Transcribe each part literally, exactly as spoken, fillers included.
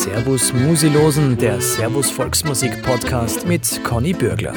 Servus Musilosen, der Servus Volksmusik Podcast mit Conny Bürgler.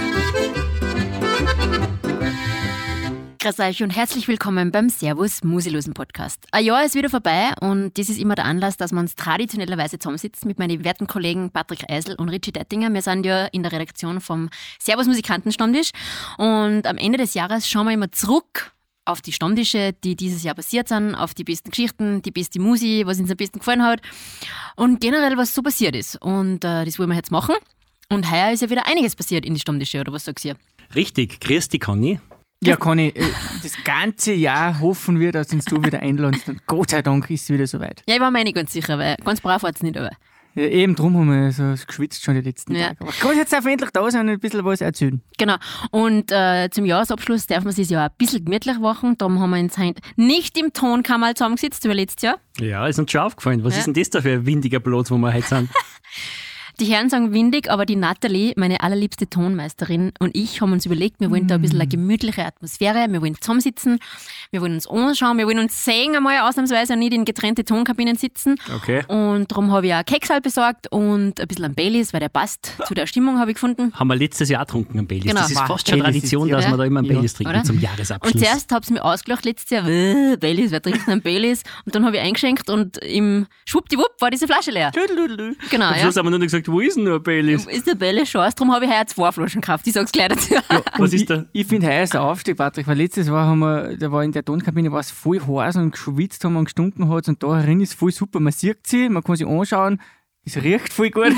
Grüß euch und herzlich willkommen beim Servus Musilosen Podcast. Ein Jahr ist wieder vorbei und das ist immer der Anlass, dass wir uns traditionellerweise zusammensitzen mit meinen werten Kollegen Patrick Eisel und Richie Dettinger. Wir sind ja in der Redaktion vom Servus Musikanten-Stammtisch und am Ende des Jahres schauen wir immer zurück auf die Stammtische, die dieses Jahr passiert sind, auf die besten Geschichten, die beste Musik, was uns am besten gefallen hat und generell, was so passiert ist. Und äh, das wollen wir jetzt machen. Und heuer ist ja wieder einiges passiert in die Stammtische, oder was sagst du? Richtig. Grüß dich, Conny. Ja, Conny, das ganze Jahr hoffen wir, dass uns du wieder einladest und Gott sei Dank ist es wieder soweit. Ja, ich war mir nicht ganz sicher, weil ganz brav war es nicht, aber... Ja, eben drum haben wir so geschwitzt schon die letzten Ja. Tage. Aber Gott, jetzt darf endlich da sein und ein bisschen was erzählen. Genau. Und äh, zum Jahresabschluss darf man sich ja ein bisschen gemütlich machen. Darum haben wir uns heute nicht im Tonkammer zusammengesetzt, wie letztes Jahr. Ja, ist uns schon aufgefallen. Was Ja. ist denn das da für ein windiger Platz, wo wir heute sind? Die Herren sagen windig, aber die Nathalie, meine allerliebste Tonmeisterin, und ich haben uns überlegt, wir wollen da ein bisschen eine gemütliche Atmosphäre, wir wollen zusammensitzen, wir wollen uns anschauen, wir wollen uns sehen einmal ausnahmsweise und nicht in getrennte Tonkabinen sitzen. Okay. Und darum habe ich auch Keksal besorgt und ein bisschen an Baileys, weil der passt zu der Stimmung, habe ich gefunden. Haben wir letztes Jahr getrunken am Baileys. Genau. Das ist Wow, fast schon Baileys Tradition, ist- dass ja. wir da immer einen Ja. Baileys trinken Oder? zum Und Jahresabschluss. zuerst habe ich mir ausgelacht letztes Jahr, äh, Baileys, wer trinkt denn einen Baileys? Und dann habe ich eingeschenkt und im Schwuppdiwupp war diese Flasche leer. Tüdelüdelü. Genau, Am ja. Schluss haben wir nur noch gesagt, wo ist denn noch ein Baileys? Ist der Bälle Chance, darum habe ich heuer zwei Flaschen gekauft. Ich sag's gleich dazu. Was Und ist da? Ich, ich finde heuer ist der Aufstieg, Patrick, weil letztes Jahr haben wir, da war in der Tonkabine war es voll heiß und geschwitzt haben und gestunken hat und da drin ist voll super. Man sieht sie, man kann sie anschauen, es riecht voll gut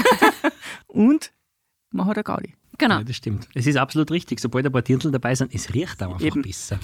und man hat eine Gaudi. Genau. Ja, das stimmt. Es ist absolut richtig. Sobald ein paar Dirndl dabei sind, es riecht auch einfach Eben. besser.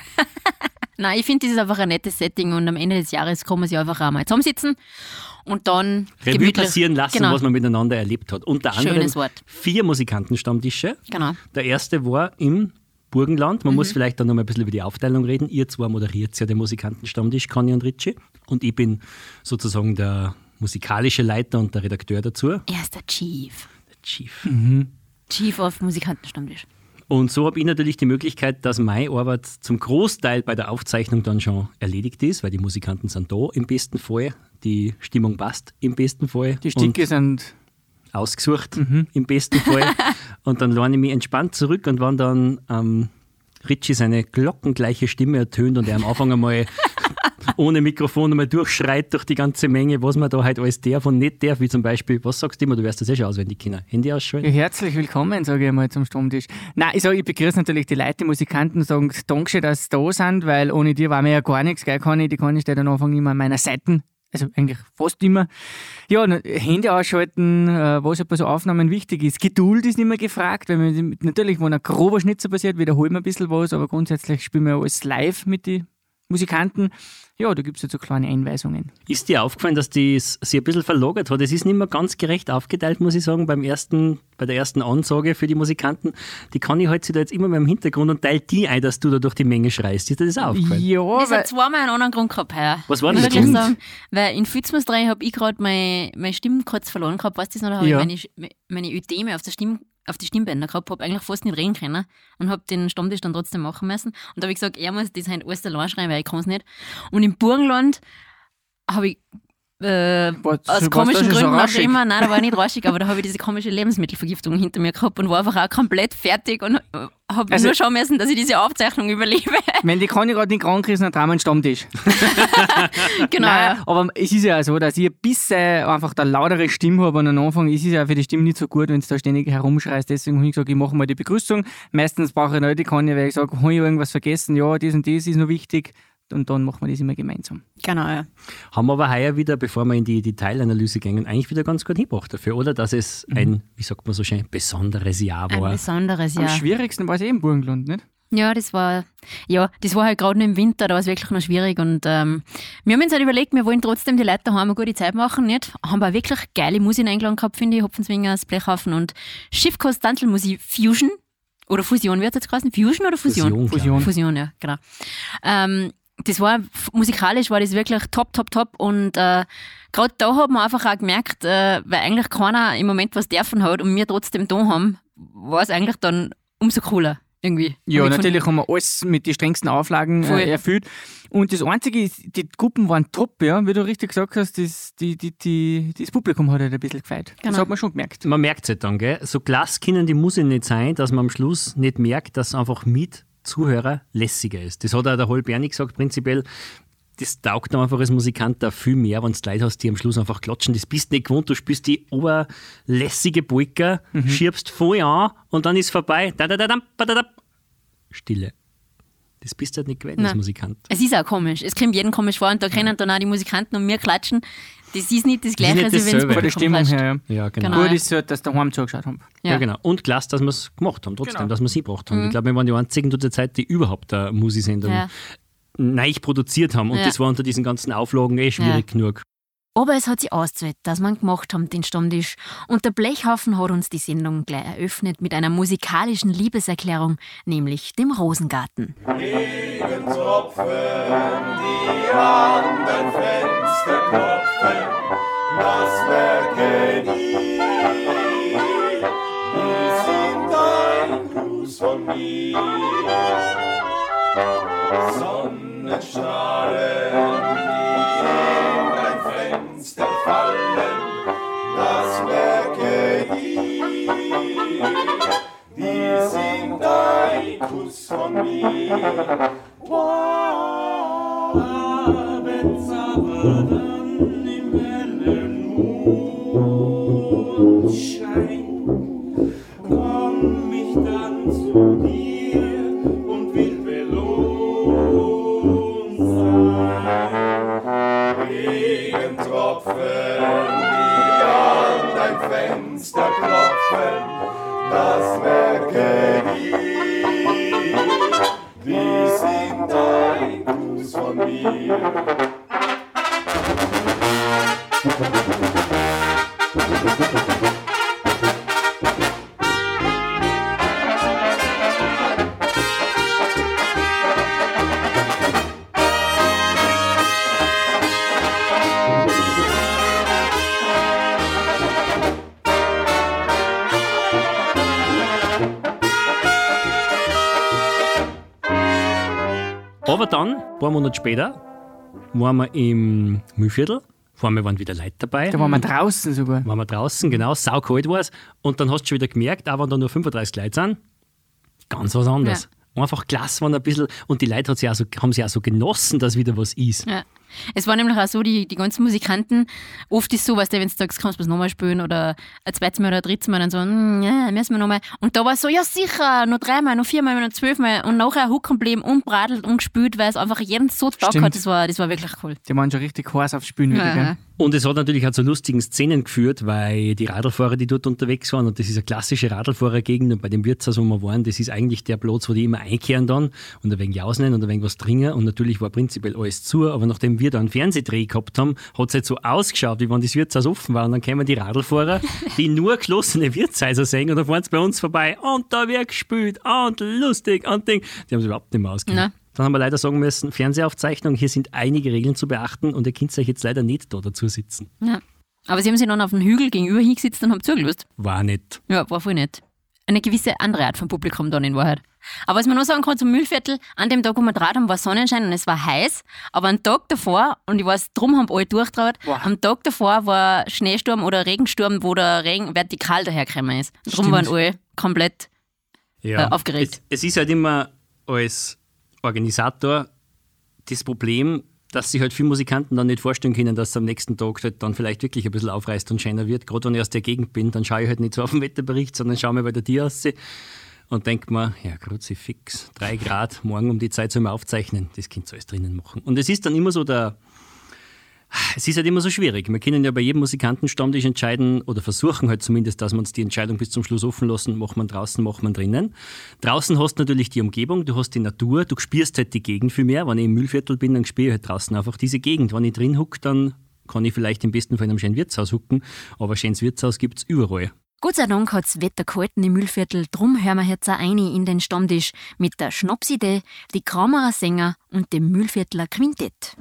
Nein, ich finde, das ist einfach ein nettes Setting und am Ende des Jahres kann man sich einfach auch mal zusammensitzen und dann Revue gemütlich- passieren lassen, genau. was man miteinander erlebt hat. Unter anderem Schönes Wort. vier Musikantenstammtische. Genau. Der erste war im Burgenland. Mhm. Man muss vielleicht dann noch mal ein bisschen über die Aufteilung reden. Ihr zwei moderiert ja den Musikantenstammtisch, Conny und Richie. Und ich bin sozusagen der musikalische Leiter und der Redakteur dazu, der Er ist der Chief. Chief. Chief of Musikantenstammtisch. Und so habe ich natürlich die Möglichkeit, dass meine Arbeit zum Großteil bei der Aufzeichnung dann schon erledigt ist, weil die Musikanten sind da im besten Fall, die Stimmung passt im besten Fall. Die Stinke sind ausgesucht, im besten Fall. Und dann lerne ich mich entspannt zurück und wenn dann ähm, Richie seine glockengleiche Stimme ertönt und er am Anfang einmal ohne Mikrofon einmal durchschreit durch die ganze Menge, was man da halt alles darf und nicht darf, wie zum Beispiel, was sagst du immer, du wirst das eh schon auswendig können. Handy ausschalten? ja, herzlich willkommen, sage ich einmal, zum Stammtisch. Nein, ich sage, ich begrüße natürlich die Leute, die Musikanten, sagen Dankeschön, dass sie da sind, weil ohne die war mir ja gar nichts, gell, Conny? Die Conny steht am Anfang immer an meiner Seite. Also eigentlich fast immer. Ja, na, Handy ausschalten, äh, was halt bei so Aufnahmen wichtig ist. Geduld ist nicht mehr gefragt, weil wir, natürlich, wenn ein grober Schnitzer passiert, wiederholen wir ein bisschen was, aber grundsätzlich spielen wir alles live mit den Musikanten. Ja, da gibt es jetzt so kleine Einweisungen. Ist dir aufgefallen, dass das sich ein bisschen verlagert hat? Es ist nicht mehr ganz gerecht aufgeteilt, muss ich sagen, beim ersten, bei der ersten Ansage für die Musikanten. Die kann ich halt sich da jetzt immer mehr im Hintergrund und teilt die ein, dass du da durch die Menge schreist. Ist dir das auch aufgefallen? Ja, Das weil, hat zweimal einen anderen Grund gehabt heuer. Was war Ich denn muss der wirklich Grund? sagen, weil in Fitzmus drei habe ich gerade meine, meine Stimme kurz verloren gehabt, weißt du das noch? Da habe Ja. ich meine, meine Ödeme auf der Stimme auf die Stimmbänder gehabt, habe eigentlich fast nicht reden können und habe den Stammtisch dann trotzdem machen müssen. Und da habe ich gesagt, er muss das halt alles allein schreien, weil ich kann es nicht. Und im Burgenland habe ich äh, Warst- aus warst komischen du schon so Gründen auch rauschig? immer, nein, da war ich nicht rauschig, aber da habe ich diese komische Lebensmittelvergiftung hinter mir gehabt und war einfach auch komplett fertig und äh, habe Also- nur schauen müssen, dass ich diese Aufzeichnung überlebe. wenn die Conny gerade nicht krank ist, dann trauen wir einen Stammtisch. Genau, Nein, ja. aber es ist ja auch so, dass ich ein bisschen einfach eine lautere Stimme habe und am Anfang ist es ja für die Stimme nicht so gut, wenn du da ständig herumschreist. Deswegen habe ich gesagt, ich mache mal die Begrüßung. Meistens brauche ich nicht die Conny, weil ich sage, habe ich irgendwas vergessen? Ja, das und das ist noch wichtig. Und dann machen wir das immer gemeinsam. Genau, ja. Haben wir aber heuer wieder, bevor wir in die Detailanalyse gehen, eigentlich wieder ganz gut hingebracht dafür, oder? Dass es ein, wie sagt man so schön, besonderes Jahr Ein war. besonderes Am Jahr. schwierigsten war es eh im Burgenland, nicht? Ja, das war, ja, das war halt gerade noch im Winter, da war es wirklich noch schwierig und ähm, wir haben uns halt überlegt, wir wollen trotzdem die Leute daheim eine gute Zeit machen, nicht? Haben wir auch wirklich geile Musik eingeladen gehabt, finde ich, Hopfenzwingers, Blechhaufen und Schiffkost, Tanzelmusik, Fusion oder Fusion, wird es jetzt geheißen? Fusion oder Fusion? Fusion, Fusion. Fusion, ja, genau. Ähm, das war, musikalisch war das wirklich top, top, top und äh, gerade da hat man einfach auch gemerkt, äh, weil eigentlich keiner im Moment was dürfen hat und wir trotzdem da haben, war es eigentlich dann umso cooler. irgendwie. Ja, Hab ich natürlich haben wir alles mit den strengsten Auflagen äh, erfüllt. Und das Einzige ist, die Gruppen waren top, ja, wie du richtig gesagt hast, das, die, die, die, das Publikum hat halt ein bisschen gefeiert. Genau. Das hat man schon gemerkt. Man merkt es halt dann, gell? So klasse können die Musik nicht sein, dass man am Schluss nicht merkt, dass einfach mit Zuhörer lässiger ist. Das hat auch der Hol Berni gesagt, prinzipiell. Das taugt dann einfach als Musikant auch viel mehr, wenn du Leute hast, die am Schluss einfach klatschen. Das bist du nicht gewohnt, du spielst die oberlässige Polka, mhm. schiebst voll an und dann ist vorbei. Da, da, da, da, da, da. Stille. Das bist du halt nicht gewöhnt als Musikant. Es ist auch komisch. Es kommt jedem komisch vor und da können dann auch die Musikanten und wir klatschen. Das ist nicht das Gleiche, als wenn es Von der Stimmung klatscht. her, ja. Ja, genau. Genau. Gut ist halt, dass wir daheim zugeschaut haben. Ja. Ja. genau. Und klasse, dass wir es gemacht haben, trotzdem, Genau. dass wir sie gebracht haben. Mhm. Ich glaube, wir waren die einzigen zu der Zeit, die überhaupt eine Musiksendung Ja. neu produziert haben. Und Ja. das war unter diesen ganzen Auflagen eh schwierig Ja. genug. Aber es hat sich ausgezahlt, dass wir ihn gemacht haben, den Stammtisch. Und der Blechhaufen hat uns die Sendung gleich eröffnet mit einer musikalischen Liebeserklärung, nämlich dem Rosengarten. Regentropfen, die an dein Fenster klopfen, das merken die. Die sind ein Gruß von mir. Sonnenstrahlen, die in dein Fenster fallen, das merken die. Die sind ein Kuss von mir. Wow, abends aber dann im hellen Mondschein komm ich dann zu dir und will belohnt sein. Regentropfen, die an dein Fenster klopfen, das merke ich, die sind ein Gruß von mir. Aber dann, ein paar Monate später, waren wir im Mühlviertel. Vor allem waren wieder Leute dabei. Da waren wir draußen sogar. Waren wir draußen, genau, saukalt war es. Und dann hast du schon wieder gemerkt, auch wenn da nur fünfunddreißig Leute sind, ganz was anderes. Einfach klasse waren ein bisschen. Und die Leute hat sie auch so, haben sich auch so genossen, dass wieder was ist. Ja. Es war nämlich auch so, die, die ganzen Musikanten, oft ist so, weißt du, wenn du sagst, kannst du es nochmal spielen oder ein zweites Mal oder ein drittes Mal, dann so, mm, ja, müssen wir nochmal. Und da war es so, ja sicher, noch dreimal, noch viermal, noch zwölfmal und nachher hucken geblieben und bradelt und gespielt, weil es einfach jeden so taugt hat. Das war, das war wirklich cool. Die waren schon richtig heiß aufs Spielen wieder, gell? Und es hat natürlich auch zu lustigen Szenen geführt, weil die Radlfahrer, die dort unterwegs waren, und das ist eine klassische Radlfahrergegend, und bei dem Wirtshaus, wo wir waren, das ist eigentlich der Platz, wo die immer einkehren dann und ein wenig jausen und ein wenig was trinken, und natürlich war prinzipiell alles zu, aber nachdem wir da einen Fernsehdreh gehabt haben, hat es halt so ausgeschaut, wie wenn das Wirtshaus offen war, und dann kämen die Radlfahrer, die nur geschlossene Wirtshäuser sehen, und dann fahren sie bei uns vorbei und da wird gespielt und lustig und Ding. Die haben es überhaupt nicht mehr ausgehört. Dann haben wir leider sagen müssen, Fernsehaufzeichnung, hier sind einige Regeln zu beachten und ihr könnt euch jetzt leider nicht da dazu sitzen. Ja. Aber sie haben sich dann auf den Hügel gegenüber hingesetzt und haben zugelöst. War nicht. Ja, war voll nett. Eine gewisse andere Art von Publikum dann in Wahrheit. Aber was man noch sagen kann zum Mühlviertel, an dem Tag, wo wir draht haben, war Sonnenschein und es war heiß. Aber am Tag davor, und ich weiß, drum haben alle durchtraut, wow. am Tag davor war Schneesturm oder Regensturm, wo der Regen vertikal dahergekommen ist. Und drum waren alle komplett ja. äh, aufgeregt. Es, es ist halt immer als Organisator das Problem, dass sich halt viele Musikanten dann nicht vorstellen können, dass es am nächsten Tag halt dann vielleicht wirklich ein bisschen aufreißt und schöner wird. Gerade wenn ich aus der Gegend bin, dann schaue ich halt nicht so auf den Wetterbericht, sondern schaue mir bei der Tier aus und denke mir, ja, Kruzifix, drei Grad, morgen um die Zeit soll man aufzeichnen, das könnt ihr alles drinnen machen. Und es ist dann immer so der, es ist halt immer so schwierig. Wir können ja bei jedem Musikantenstammtisch entscheiden oder versuchen halt zumindest, dass wir uns die Entscheidung bis zum Schluss offen lassen, machen wir draußen, machen wir drinnen. Draußen hast du natürlich die Umgebung, du hast die Natur, du spürst halt die Gegend viel mehr. Wenn ich im Mühlviertel bin, dann spüre ich halt draußen einfach diese Gegend. Wenn ich drin hucke, dann kann ich vielleicht im besten Fall in einem schönen Wirtshaus hucken, aber ein schönes Wirtshaus gibt es überall. Gott sei Dank hat das Wetter gehalten im Mühlviertel, drum hören wir jetzt auch eine in den Stammtisch mit der Schnapsidee, die Kramerer Sänger und dem Mühlviertler Quintett.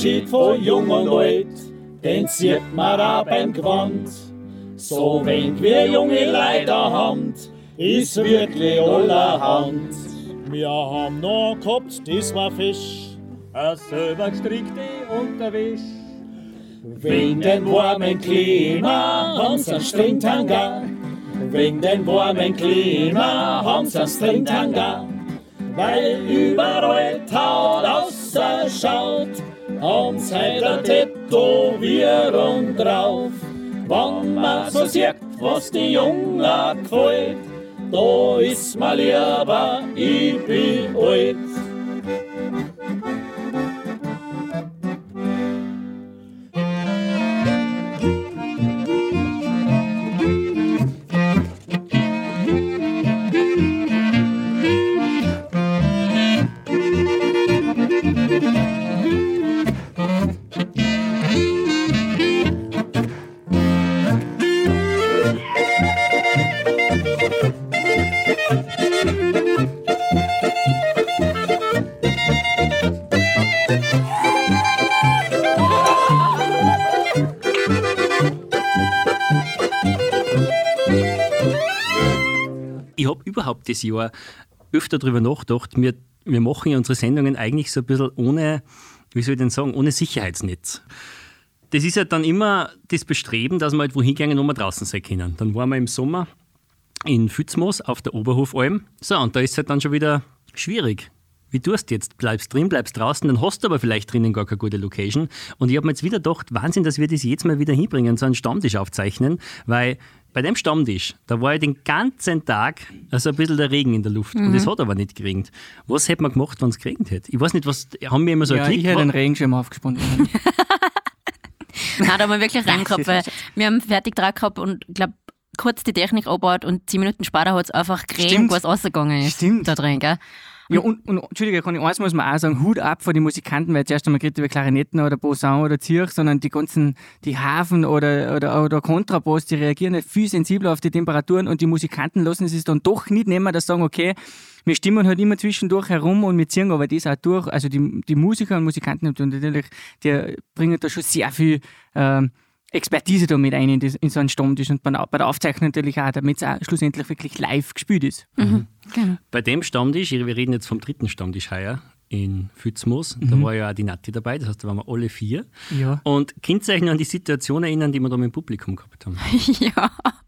Abschied von Jung und Alt, den sieht man auch beim Gewand. So wenig wie junge Leute haben, ist wirklich allerhand. Wir haben noch gehabt, das war Fisch, eine selber gestrickte Unterwäsch. Wegen den warmen Klima haben sie einen Stringtanga. Wegen den warmen Klima haben sie einen Stringtanga. Weil überall Taut ausschaut, haben sie heute eine Tätowierung drauf. Wenn man so sieht, was die Jungen gefällt, da ist mir lieber, ich bin alt. Ich habe überhaupt das Jahr öfter darüber nachgedacht, wir, wir machen ja unsere Sendungen eigentlich so ein bisschen ohne, wie soll ich denn sagen, ohne Sicherheitsnetz. Das ist ja dann immer das Bestreben, dass wir halt wohin gehen, wo wir draußen sein können. Dann waren wir im Sommer in Fützmoos auf der Oberhofalm. So, und da ist es halt dann schon wieder schwierig. Wie tust du jetzt? Bleibst drin, bleibst draußen, dann hast du aber vielleicht drinnen gar keine gute Location. Und ich habe mir jetzt wieder gedacht, Wahnsinn, dass wir das jetzt mal wieder hinbringen, so einen Stammtisch aufzeichnen, weil bei dem Stammtisch, da war ja den ganzen Tag also ein bisschen der Regen in der Luft. Mhm. Und es hat aber nicht geregnet. Was hätte man gemacht, wenn es geregnet hätte? Ich weiß nicht, was haben wir immer so ja, einen Klick ich hätte den Regenschirm aufgesponnen. Nein, da haben wir wirklich reingehabt, weil wir haben fertig dran gehabt und ich glaube, kurz die Technik abgebaut und zehn Minuten später hat es einfach geregnet, was rausgegangen ist. Stimmt. Da drin, gell? Ja, und, und Entschuldige, kann ich, eins muss man auch sagen, Hut ab vor die Musikanten, weil zuerst einmal geht über Klarinetten oder Posaun oder Zirch, sondern die ganzen, die Hafen oder, oder, oder Kontrabass, die reagieren viel sensibler auf die Temperaturen und die Musikanten lassen es sich dann doch nicht nehmen, dass sie sagen, okay, wir stimmen halt immer zwischendurch herum und wir ziehen aber das auch durch. Also die, die Musiker und Musikanten natürlich, die bringen da schon sehr viel ähm, Expertise da mit ein in, das, in so einen Stammtisch und bei, bei der Aufzeichnung natürlich auch, damit es auch schlussendlich wirklich live gespielt ist. Mhm. Genau. Bei dem Stammtisch, wir reden jetzt vom dritten Stammtisch heuer in Fützmoos, mhm. da war ja auch die Nati dabei, das heißt, da waren wir alle vier. Ja. Und könnt ihr euch noch an die Situation erinnern, die wir da mit dem Publikum gehabt haben? Ja.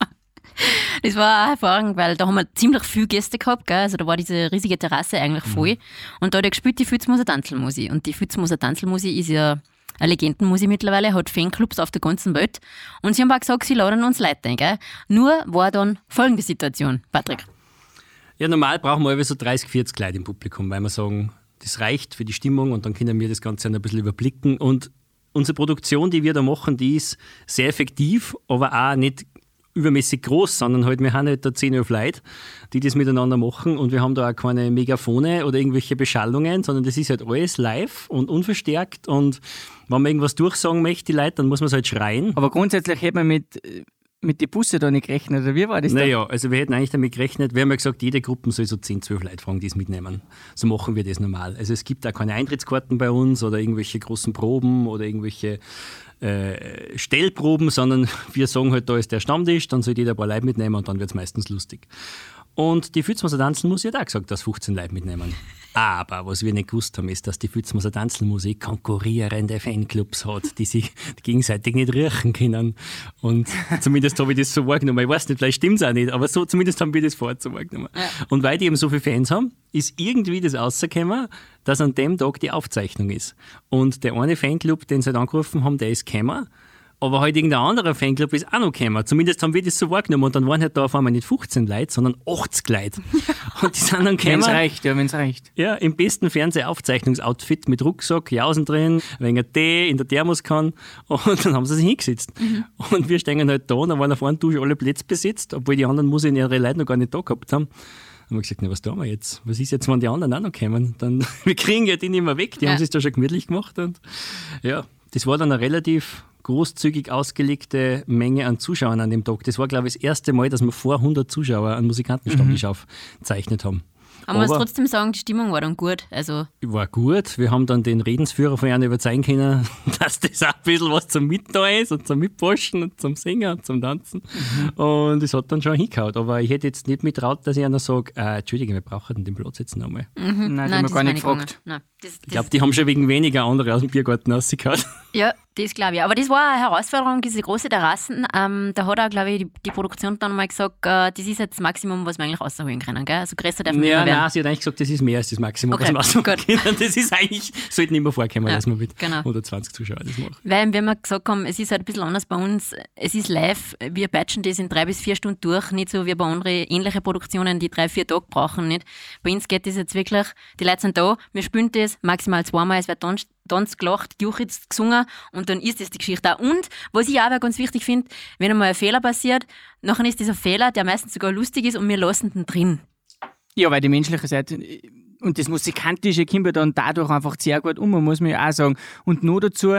Das war auch hervorragend, weil da haben wir ziemlich viele Gäste gehabt, gell? Also da war diese riesige Terrasse eigentlich voll. Mhm. Und da hat er gespielt die Fützmoser Tanzelmusik. Und die Fützmoser Tanzelmusik ist ja eine Legendenmusik mittlerweile, hat Fanclubs auf der ganzen Welt. Und sie haben auch gesagt, sie laden uns Leute ein. Gell? Nur war dann folgende Situation, Patrick. Ja, normal brauchen wir so dreißig, vierzig Leute im Publikum, weil wir sagen, das reicht für die Stimmung und dann können wir das Ganze ein bisschen überblicken. Und unsere Produktion, die wir da machen, die ist sehr effektiv, aber auch nicht übermäßig groß, sondern halt, wir haben halt da zehn elf Leute, die das miteinander machen und wir haben da auch keine Megafone oder irgendwelche Beschallungen, sondern das ist halt alles live und unverstärkt und wenn man irgendwas durchsagen möchte, die Leute, dann muss man es halt schreien. Aber grundsätzlich hätte man mit, mit den Bussen da nicht gerechnet, oder wie war das? Naja, also wir hätten eigentlich damit gerechnet, wir haben ja gesagt, jede Gruppe soll so zehn, zwölf Leute fragen, die es mitnehmen. So machen wir das normal. Also es gibt auch keine Eintrittskarten bei uns oder irgendwelche großen Proben oder irgendwelche Äh, Stellproben, sondern wir sagen halt, da ist der Stammtisch, dann soll jeder ein paar Leute mitnehmen und dann wird es meistens lustig. Und die Fützmoser Tanzelmusik hat auch gesagt, dass fünfzehn Leute mitnehmen. Aber was wir nicht gewusst haben, ist, dass die Fützmoser Tanzelmusik konkurrierende Fanclubs hat, die sich gegenseitig nicht riechen können. Und zumindest habe ich das so wahrgenommen. Ich weiß nicht, vielleicht stimmt es auch nicht, aber so, zumindest haben wir das vorher so wahrgenommen. Ja. Und weil die eben so viele Fans haben, ist irgendwie das rausgekommen, dass an dem Tag die Aufzeichnung ist. Und der eine Fanclub, den sie halt angerufen haben, der ist gekommen. Aber halt irgendein anderer Fanclub ist auch noch gekommen. Zumindest haben wir das so wahrgenommen. Und dann waren halt da auf einmal nicht fünfzehn Leute, sondern achtzig Leute. Und die sind dann gekommen. Wenn es reicht, ja, wenn es reicht. Ja, im besten Fernsehaufzeichnungsoutfit mit Rucksack, Jausen drin, ein wenig Tee in der Thermoskanne. Und dann haben sie sich hingesetzt. Mhm. Und wir stehen halt da und dann waren auf einer Dusche alle Plätze besetzt, obwohl die anderen Musik ihre Leute noch gar nicht da gehabt haben. Dann haben wir gesagt, na, was tun wir jetzt? Was ist jetzt, wenn die anderen auch noch kommen? Dann, wir kriegen ja die nicht mehr weg. Die ja. haben sich da schon gemütlich gemacht. Und ja, das war dann eine relativ großzügig ausgelegte Menge an Zuschauern an dem Tag. Das war, glaube ich, das erste Mal, dass wir vor hundert Zuschauer einen Musikantenstammtisch mhm. aufgezeichnet haben. Man muss trotzdem sagen, die Stimmung war dann gut. Also war gut. Wir haben dann den Redensführer von ihnen überzeugen können, dass das auch ein bisschen was zum Mitnehmen ist und zum Mitposchen und zum Singen und zum Tanzen. Mhm. Und es hat dann schon hingehauen. Aber ich hätte jetzt nicht mittraut, dass ich einer sage, äh, Entschuldige, wir brauchen den Platz jetzt noch einmal. Mhm. Nein, die haben wir gar nicht gefragt. Nein, das, das ich glaube, die haben schon wegen weniger andere aus dem Biergarten rausgehauen. Ja, das glaube ich. Aber das war eine Herausforderung, diese große Terrassen. Ähm, da hat auch, glaube ich, die, die Produktion dann mal gesagt, äh, das ist jetzt das Maximum, was wir eigentlich rausholen können. Gell? Also größer darf man ja, nicht mehr werden. Nein, sie hat eigentlich gesagt, das ist mehr als das Maximum, okay, was wir rausholen können. Das ist eigentlich, sollte nicht mehr vorkommen, ja, dass wir mit genau. hundertzwanzig Zuschauern das machen. Weil, wenn wir gesagt haben, es ist halt ein bisschen anders bei uns, es ist live, wir batchen das in drei bis vier Stunden durch, nicht so wie bei anderen ähnlichen Produktionen, die drei, vier Tage brauchen. Nicht. Bei uns geht das jetzt wirklich, die Leute sind da, wir spielen das maximal zweimal, es wird dann Tanz gelacht, gejuchzt, gesungen und dann ist das die Geschichte auch. Und was ich auch ganz wichtig finde, wenn einmal ein Fehler passiert, nachher ist dieser Fehler, der meistens sogar lustig ist und wir lassen den drin. Ja, weil die menschliche Seite und das Musikantische kommt dann dadurch einfach sehr gut um, muss man ja auch sagen. Und nur dazu,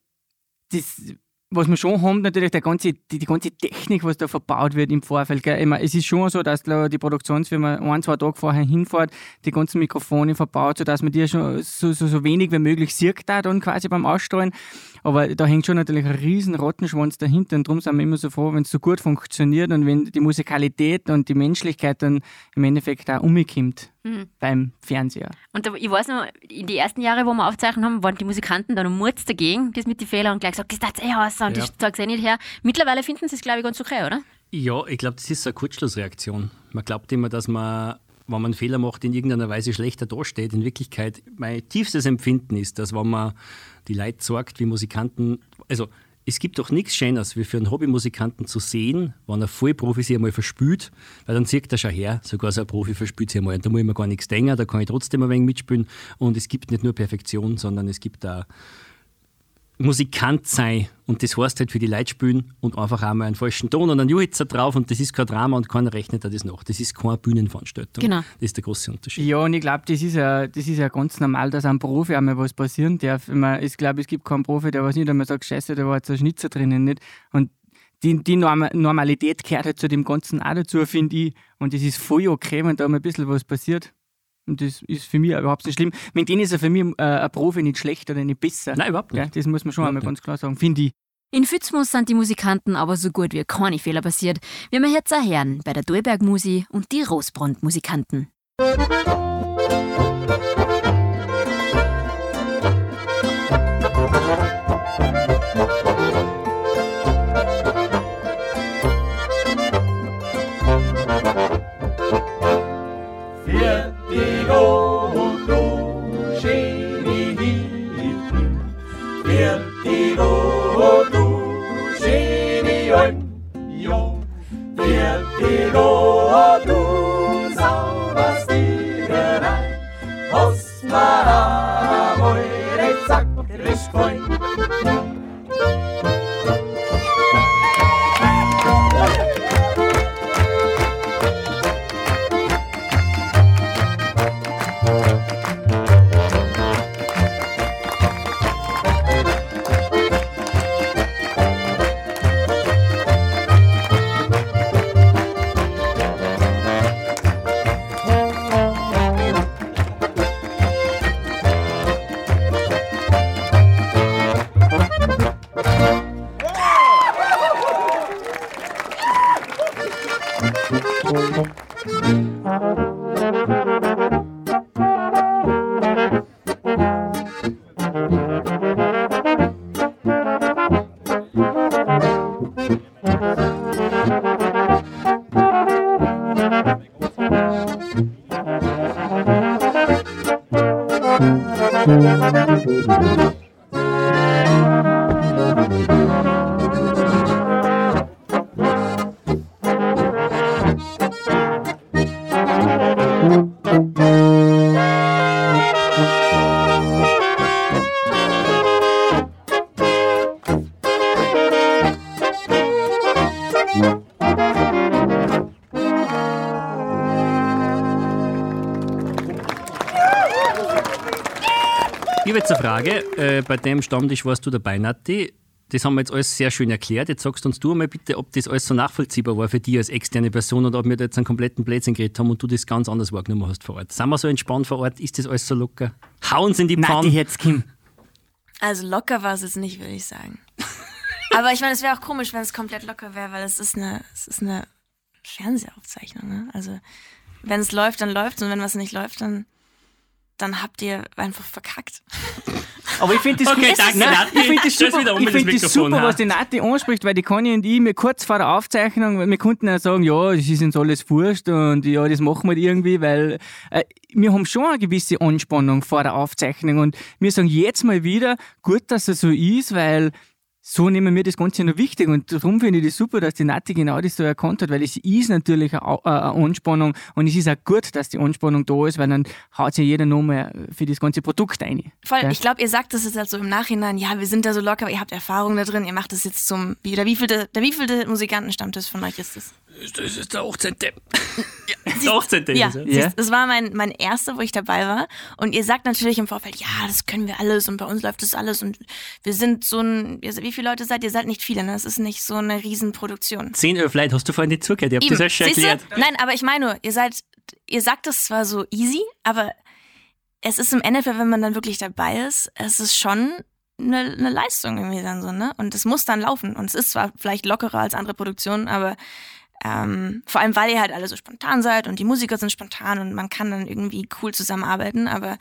das, was wir schon haben, natürlich der ganze, die, die ganze Technik, was da verbaut wird im Vorfeld. Gell? Ich meine, es ist schon so, dass die Produktionsfirma ein, zwei Tage vorher hinfährt, die ganzen Mikrofone verbaut, sodass man die schon so, so, so wenig wie möglich sieht da dann quasi beim Ausstrahlen. Aber da hängt schon natürlich ein riesen Rattenschwanz dahinter und darum sind wir immer so froh, wenn es so gut funktioniert und wenn die Musikalität und die Menschlichkeit dann im Endeffekt auch umkommt mhm. beim Fernseher. Und ich weiß noch, in den ersten Jahren, wo wir aufgezeichnet haben, waren die Musikanten dann Murz dagegen, das mit den Fehlern und gleich gesagt, das darf eh aus und ja. das zeigt eh nicht her. Mittlerweile finden sie es, glaube ich, ganz okay, oder? Ja, ich glaube, das ist eine Kurzschlussreaktion. Man glaubt immer, dass man, wenn man einen Fehler macht, in irgendeiner Weise schlechter dasteht. In Wirklichkeit, mein tiefstes Empfinden ist, dass wenn man die Leute sagt, wie Musikanten, also es gibt doch nichts Schöneres, wie für einen Hobbymusikanten zu sehen, wenn ein Vollprofi sich einmal verspielt, weil dann sieht er schon her, sogar so ein Profi verspielt sich einmal. Und da muss ich mir gar nichts denken, da kann ich trotzdem ein wenig mitspielen. Und es gibt nicht nur Perfektion, sondern es gibt auch Musikant sein. Und das heißt halt für die Leute spielen und einfach auch mal einen falschen Ton und einen Juhitzer drauf und das ist kein Drama und keiner rechnet das nach. Das ist keine Bühnenveranstaltung. Genau. Das ist der große Unterschied. Ja, und ich glaube, das ist ja, das ist ja ganz normal, dass einem Profi einmal was passieren darf. Ich glaube, es gibt keinen Profi, der was nicht einmal sagt, Scheiße, da war jetzt ein Schnitzer drinnen. Nicht? Und die, die Normalität gehört halt zu dem Ganzen auch dazu, finde ich. Und es ist voll okay, wenn da mal ein bisschen was passiert. Und das ist für mich überhaupt nicht schlimm. Wegen denen ist er für mich äh, ein Profi nicht schlecht oder nicht besser. Nein, überhaupt nicht. Ja, das muss man schon einmal ganz klar sagen, finde ich. In Pfützmus sind die Musikanten aber so gut wie keine Fehler passiert, wie wir jetzt auch hören bei der Dolberg-Musi und die Rosbrand-Musikanten. Ich habe jetzt eine Frage. Äh, bei dem Stammtisch warst du dabei, Nati. das haben wir jetzt alles sehr schön erklärt. Jetzt sagst uns du einmal bitte, ob das alles so nachvollziehbar war für dich als externe Person oder ob wir da jetzt einen kompletten Blödsinn geredet haben und du das ganz anders wahrgenommen hast vor Ort. Sind wir so entspannt vor Ort? Ist das alles so locker? Hauen sie in die Nein, Pfanne? die jetzt Kim. Also locker war es jetzt nicht, würde ich sagen. Aber ich meine, es wäre auch komisch, wenn es komplett locker wäre, weil es ist eine, es ist eine Fernsehaufzeichnung. Ne? Also wenn es läuft, dann läuft es und wenn was nicht läuft, dann, dann habt ihr einfach verkackt. Aber ich finde das, Okay, gut. danke, Nein, Nati. ich find das Stell's super, wieder um ich mit das find das Mikrofon, super ha? was die Nati anspricht, weil die Conny und ich mir kurz vor der Aufzeichnung, wir konnten ja sagen, ja, das ist uns alles wurscht und ja, das machen wir irgendwie, weil äh, wir haben schon eine gewisse Anspannung vor der Aufzeichnung und wir sagen jetzt mal wieder, gut, dass es so ist, weil so nehmen wir das Ganze noch wichtig und darum finde ich das super, dass die Nati genau das so erkannt hat, weil es ist natürlich eine, eine Anspannung und es ist auch gut, dass die Anspannung da ist, weil dann haut sich jeder nochmal für das ganze Produkt ein. Voll, Ja. ich glaube, ihr sagt das jetzt halt so im Nachhinein, ja, wir sind da so locker, aber ihr habt Erfahrung da drin, ihr macht das jetzt zum, wie, der wievielte, der wievielte Musikantenstammtisch von euch ist das? Das ist der achtzehnte Der achtzehnte Ja, ist es, siehst, das war mein, mein erster, wo ich dabei war. Und ihr sagt natürlich im Vorfeld, ja, das können wir alles und bei uns läuft das alles und wir sind so ein, ihr- wie viele Leute seid ihr? Ihr seid nicht viele, ne? Es ist nicht so eine Riesenproduktion. Zehn, elf Leute hast du vorhin nicht zugehört. Ich hab Eben, das alles schon siehst du? erklärt. Nein, aber ich meine nur, ihr seid, ihr sagt das zwar so easy, aber es ist im Endeffekt, wenn man dann wirklich dabei ist, es ist schon eine, eine Leistung irgendwie dann so, ne? Und es muss dann laufen. Und es ist zwar vielleicht lockerer als andere Produktionen, aber ähm, vor allem, weil ihr halt alle so spontan seid und die Musiker sind spontan und man kann dann irgendwie cool zusammenarbeiten, aber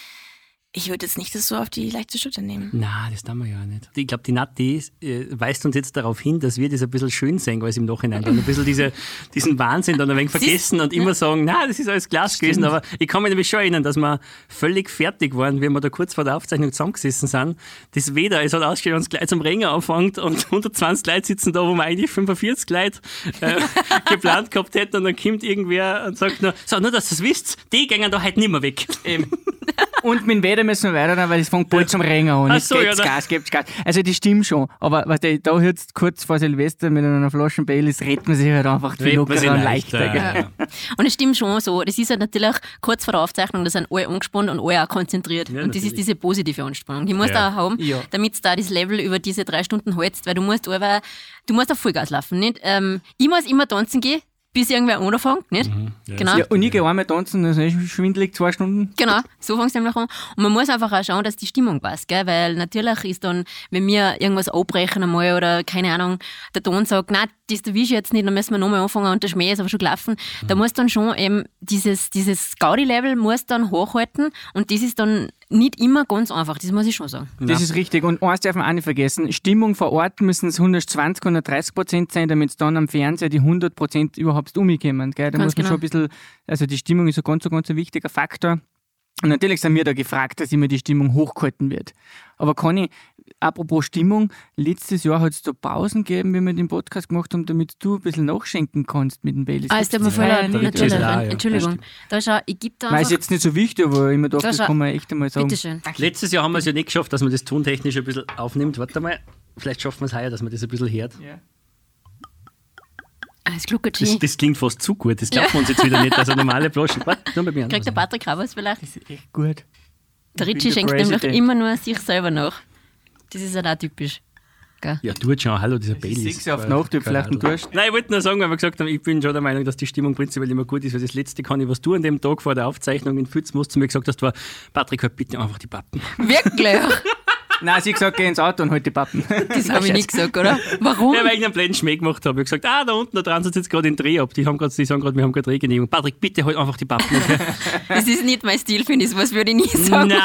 ich würde jetzt nicht das so auf die leichte Schulter nehmen. Na, das tun wir ja nicht. Ich glaube, die Nati äh, weist uns jetzt darauf hin, dass wir das ein bisschen schön sehen, weil es im Nachhinein dann ein bisschen diese, diesen Wahnsinn dann ein wenig vergessen und immer sagen, na, das ist alles Glas gewesen. Aber ich kann mich nämlich schon erinnern, dass wir völlig fertig waren, wie wir da kurz vor der Aufzeichnung zusammengesessen sind. Das Wetter, es hat ausgeschaut, wenn es gleich zum Regen anfängt und hundertzwanzig Leute sitzen da, wo wir eigentlich fünfundvierzig Leute äh, geplant gehabt hätten und dann kommt irgendwer und sagt nur, so, nur, dass ihr es wisst, die gehen da heute nicht mehr weg. Und mit dem Wetter müssen wir weiter, weil es fängt bald zum Regen an. Ach Jetzt so, gibt's ja, da- Gas, gibt's Gas. Also das stimmt schon. Aber weißt du, da jetzt kurz vor Silvester mit einer Flasche Baileys redet man sich halt einfach viel Redet man sich lockerer und leichter, leichter. gell? ja. Und es stimmt schon so. Das ist halt natürlich kurz vor der Aufzeichnung, da sind alle angespannt und alle auch konzentriert. Ja, und das ist natürlich. diese positive Anspannung. Die musst du Ja. auch haben, Ja. damit du da das Level über diese drei Stunden hältst, weil du musst aber, du musst auf Vollgas laufen, nicht? Ähm, ich muss immer tanzen gehen, bis irgendwer anfängt, nicht? ja, Genau. Ja, und ich gehe einmal tanzen, das ist schwindelig, zwei Stunden. Genau, so fängst du nämlich an. Und man muss einfach auch schauen, dass die Stimmung passt, gell? Weil natürlich ist dann, wenn wir irgendwas abbrechen einmal oder keine Ahnung, der Ton sagt, nein, das erwische ich jetzt nicht, dann müssen wir nochmal anfangen und der Schmäh ist aber schon gelaufen. Da muss dann schon eben dieses, dieses Gaudi-Level muss dann hochhalten und das ist dann nicht immer ganz einfach, das muss ich schon sagen. Das ist richtig. Und eins darf man auch nicht vergessen. Stimmung vor Ort müssen es hundertzwanzig, hundertdreißig Prozent sein, damit es dann am Fernseher die hundert Prozent überhaupt umkommen. Gell? Da Ganz muss man genau. schon ein bisschen, also die Stimmung ist ein ganz, ganz ein wichtiger Faktor. Und natürlich sind wir da gefragt, dass immer die Stimmung hochgehalten wird. Aber Conny, apropos Stimmung, letztes Jahr hat es da Pausen gegeben, wie wir den Podcast gemacht haben, damit du ein bisschen nachschenken kannst mit dem Baileys. Ah, es tut mir voll Ja, leid, nicht. natürlich. Ja, ja. Entschuldigung. Da schau, ich gebe da Nein, ist einfach... jetzt nicht so wichtig, aber ich mir dachte, Da das schau- kann man echt einmal sagen. Bitteschön. Letztes Jahr haben wir es ja nicht geschafft, dass man das tontechnisch ein bisschen aufnimmt. Warte mal, vielleicht schaffen wir es heuer, dass man das ein bisschen hört. Ja. Ah, es gluckert Das, schön. das klingt fast zu gut, das glaubt man uns jetzt wieder nicht. Also normale Flaschen. Warte, nur bei mir Kriegt der an. Patrick auch was vielleicht? Das ist echt gut. Der Ich bin Ritchie der schenkt nämlich President. immer nur sich selber nach. Das ist halt auch typisch. Gell? Ja, tut schon. Hallo, dieser Ich Baileys. sehe auf Nachtisch, vielleicht einen Durst. Nein, ich wollte nur sagen, weil wir gesagt haben, ich bin schon der Meinung, dass die Stimmung prinzipiell immer gut ist, weil das letzte kann ich, was du an dem Tag vor der Aufzeichnung in Fützmus zu mir gesagt hast, war, Patrick, halt bitte einfach die Pappen. Wirklich? Nein, sie hat gesagt, geh ins Auto und halt die Pappen. Das habe ich nicht gesagt, oder? Warum? Ja, weil ich einen blöden Schmäh gemacht habe. Ich habe gesagt, ah, da unten, da dran sind sie jetzt gerade den Dreh ab. Die, haben grad, die sagen gerade, wir haben gerade Drehgenehmigung. Patrick, bitte halt einfach die Pappen. Okay? Das ist nicht mein Stil, finde ich. Was würde ich nie sagen. Nein!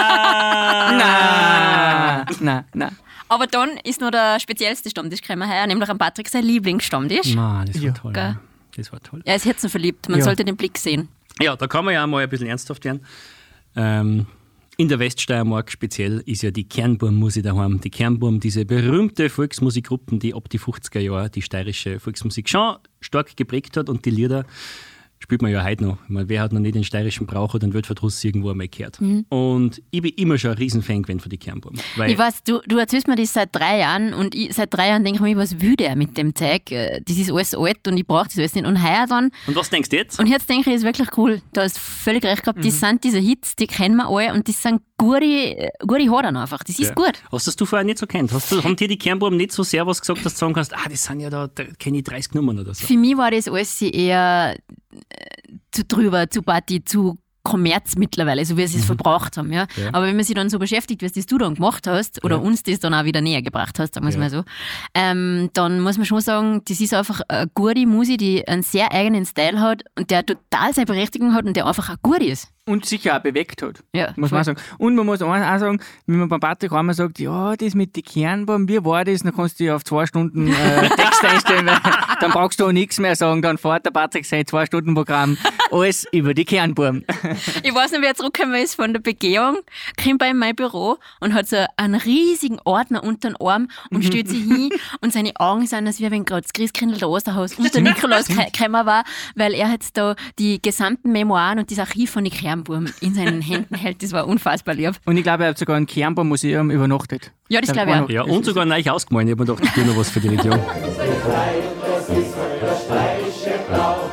Nein, nein, nein. Aber dann ist noch der speziellste Stammtisch gekommen heuer, nämlich an Patrick sein Lieblingsstammtisch. Mann, das war Ja. toll. Gell? Ja. Das war toll. Er ist herzenverliebt. Man Ja. sollte den Blick sehen. Ja, da kann man ja mal ein bisschen ernsthaft werden. Ähm, in der Weststeiermark speziell ist ja die Kernburm-Musik daheim. Die Kernburm, diese berühmte Volksmusikgruppen, die ab die fünfziger Jahre die steirische Volksmusik schon stark geprägt hat und die Lieder spielt man ja heute noch. Ich meine, wer hat noch nicht den steirischen Brauch oder den Weltverdruss irgendwo einmal gehört? Mhm. Und ich bin immer schon ein Riesenfan gewesen von den Kernbuben. Ich weiß, du, du erzählst mir das seit drei Jahren und ich seit drei Jahren denke ich mir, was will der mit dem Zeug? Das ist alles alt und ich brauche das alles nicht. Und heuer dann... Und was denkst du jetzt? Und jetzt denke ich, das ist wirklich cool. Du hast völlig recht gehabt. Mhm. Das sind diese Hits, die kennen wir alle und das sind gute, gute Hadern einfach. Das ist ja. gut. Hast das du vorher nicht so kennt? Hast du, haben dir die Kernbuben nicht so sehr was gesagt, dass du sagen kannst, ah, das sind ja da, da kenne ich dreißig Nummern oder so? Für mich war das alles eher zu drüber, zu Party, zu Kommerz mittlerweile, so wie sie es mhm. verbraucht haben. Ja? Ja. Aber wenn man sich dann so beschäftigt, was das du dann gemacht hast oder ja. uns das dann auch wieder näher gebracht hast, sagen wir es ja. mal so, ähm, dann muss man schon sagen, das ist einfach eine gute Musik, die einen sehr eigenen Style hat und der total seine Berechtigung hat und der einfach auch gut ist. Und sicher auch bewegt hat, ja, muss man auch sagen. Und man muss auch sagen, wenn man beim Patrick einmal sagt, ja, das mit den Kernbuben, wie war das? Dann kannst du ja auf zwei Stunden äh, Text einstellen, weil dann brauchst du auch nichts mehr sagen. Dann fährt der Patrick sein zwei-Stunden-Programm, alles über die Kernbuben. Ich weiß nicht, wer zurückgekommen ist von der Begehung, kommt bei in mein Büro und hat so einen riesigen Ordner unter den Arm und stellt sich hin und seine Augen sind, als wenn gerade das Christkindl der Osterhaus und der Nikolaus gekommen war, weil er jetzt da die gesamten Memoiren und das Archiv von den Kernbuben in seinen Händen hält. Das war unfassbar lieb. Und ich glaube, er hat sogar im Kernbaumuseum übernachtet. Ja, das glaube ich auch. Ja, und sogar neu ausgemalt. Ich habe mir gedacht, ich tue noch was für die Region. Das ist euer steirische Blau.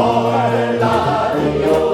Holla,